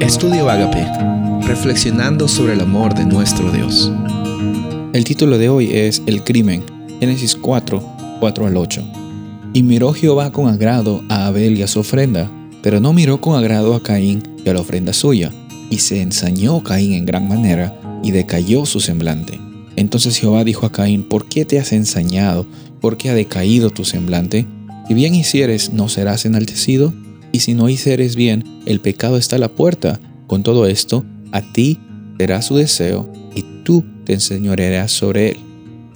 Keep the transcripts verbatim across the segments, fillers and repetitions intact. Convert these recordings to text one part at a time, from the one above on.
Estudio Ágape, reflexionando sobre el amor de nuestro Dios. El título de hoy es El crimen, Génesis cuatro, cuatro al ocho. Y miró Jehová con agrado a Abel y a su ofrenda, pero no miró con agrado a Caín y a la ofrenda suya. Y se ensañó Caín en gran manera, y decayó su semblante. Entonces Jehová dijo a Caín: ¿Por qué te has ensañado? ¿Por qué ha decaído tu semblante? Si bien hicieres, ¿no serás enaltecido? Y si no hicieres bien, el pecado está a la puerta. Con todo esto, a ti será su deseo, y tú te enseñorearás sobre él.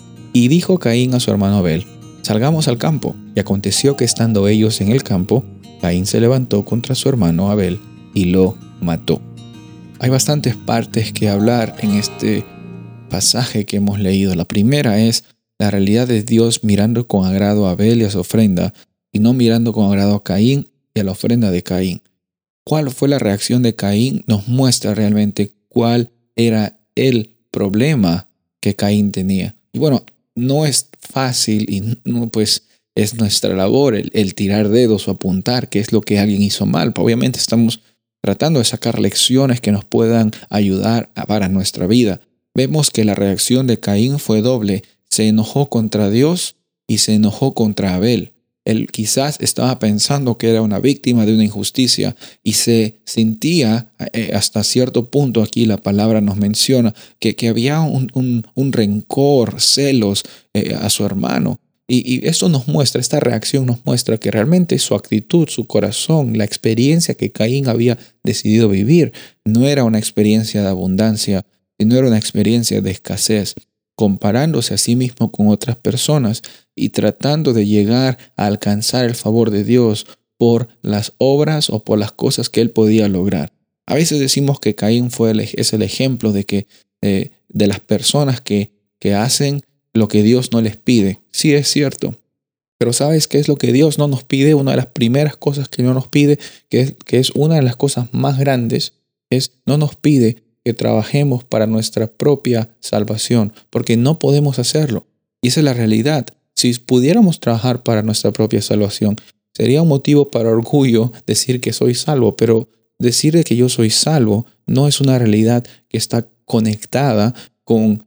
Y dijo Caín a su hermano Abel: Salgamos al campo. Y aconteció que estando ellos en el campo, Caín se levantó contra su hermano Abel y lo mató. Hay bastantes partes que hablar en este pasaje que hemos leído. La primera es la realidad de Dios mirando con agrado a Abel y a su ofrenda, y no mirando con agrado a Caín y a la ofrenda de Caín. ¿Cuál fue la reacción de Caín? Nos muestra realmente cuál era el problema que Caín tenía. Y bueno, no es fácil y no, pues es nuestra labor el, el tirar dedos o apuntar qué es lo que alguien hizo mal. Obviamente estamos tratando de sacar lecciones que nos puedan ayudar a, para nuestra vida. Vemos que la reacción de Caín fue doble. Se enojó contra Dios y se enojó contra Abel. Él quizás estaba pensando que era una víctima de una injusticia y se sentía eh, hasta cierto punto, aquí la palabra nos menciona, que, que había un, un, un rencor, celos eh, a su hermano. Y, y esto nos muestra, esta reacción nos muestra que realmente su actitud, su corazón, la experiencia que Caín había decidido vivir, no era una experiencia de abundancia, sino era una experiencia de escasez, comparándose a sí mismo con otras personas y tratando de llegar a alcanzar el favor de Dios por las obras o por las cosas que él podía lograr. A veces decimos que Caín fue el, es el ejemplo de, que, eh, de las personas que, que hacen lo que Dios no les pide. Sí, es cierto. Pero ¿sabes qué es lo que Dios no nos pide? Una de las primeras cosas que no nos pide, que es, que es una de las cosas más grandes, es no nos pide que trabajemos para nuestra propia salvación, porque no podemos hacerlo. Y esa es la realidad. Si pudiéramos trabajar para nuestra propia salvación, sería un motivo para orgullo decir que soy salvo, pero decir que yo soy salvo no es una realidad que está conectada con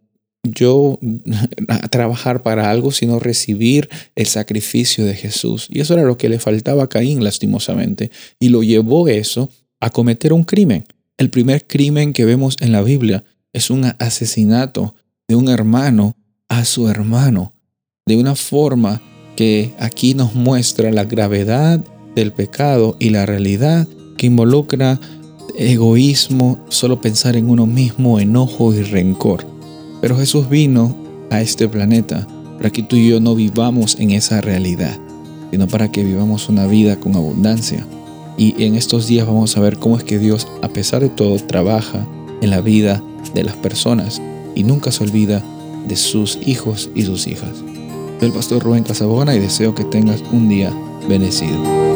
yo a trabajar para algo, sino recibir el sacrificio de Jesús. Y eso era lo que le faltaba a Caín, lastimosamente, y lo llevó eso a cometer un crimen. El primer crimen que vemos en la Biblia es un asesinato de un hermano a su hermano, de una forma que aquí nos muestra la gravedad del pecado y la realidad que involucra egoísmo, solo pensar en uno mismo, enojo y rencor. Pero Jesús vino a este planeta para que tú y yo no vivamos en esa realidad, sino para que vivamos una vida con abundancia. Y en estos días vamos a ver cómo es que Dios, a pesar de todo, trabaja en la vida de las personas y nunca se olvida de sus hijos y sus hijas. Soy el pastor Rubén Casabona y deseo que tengas un día bendecido.